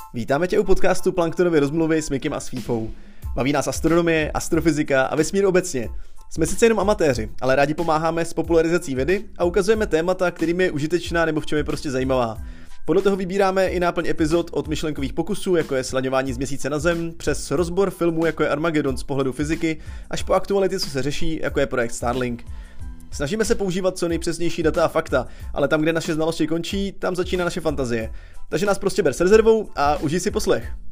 Vítáme tě u podcastu Planktonovy rozmluvy s Mikem a s Fífou. Baví nás astronomie, astrofyzika a vesmír obecně. Jsme sice jenom amatéři, ale rádi pomáháme s popularizací vědy a ukazujeme témata, kterými je užitečná nebo v čem je prostě zajímavá. Podle toho vybíráme i náplň epizod od myšlenkových pokusů, jako je slaňování z Měsíce na Zem, přes rozbor filmů, jako je Armageddon z pohledu fyziky, až po aktuality, co se řeší, jako je projekt Starlink. Snažíme se používat co nejpřesnější data a fakta, ale tam, kde naše znalosti končí, tam začíná naše fantazie. Takže nás prostě ber s rezervou a užij si poslech.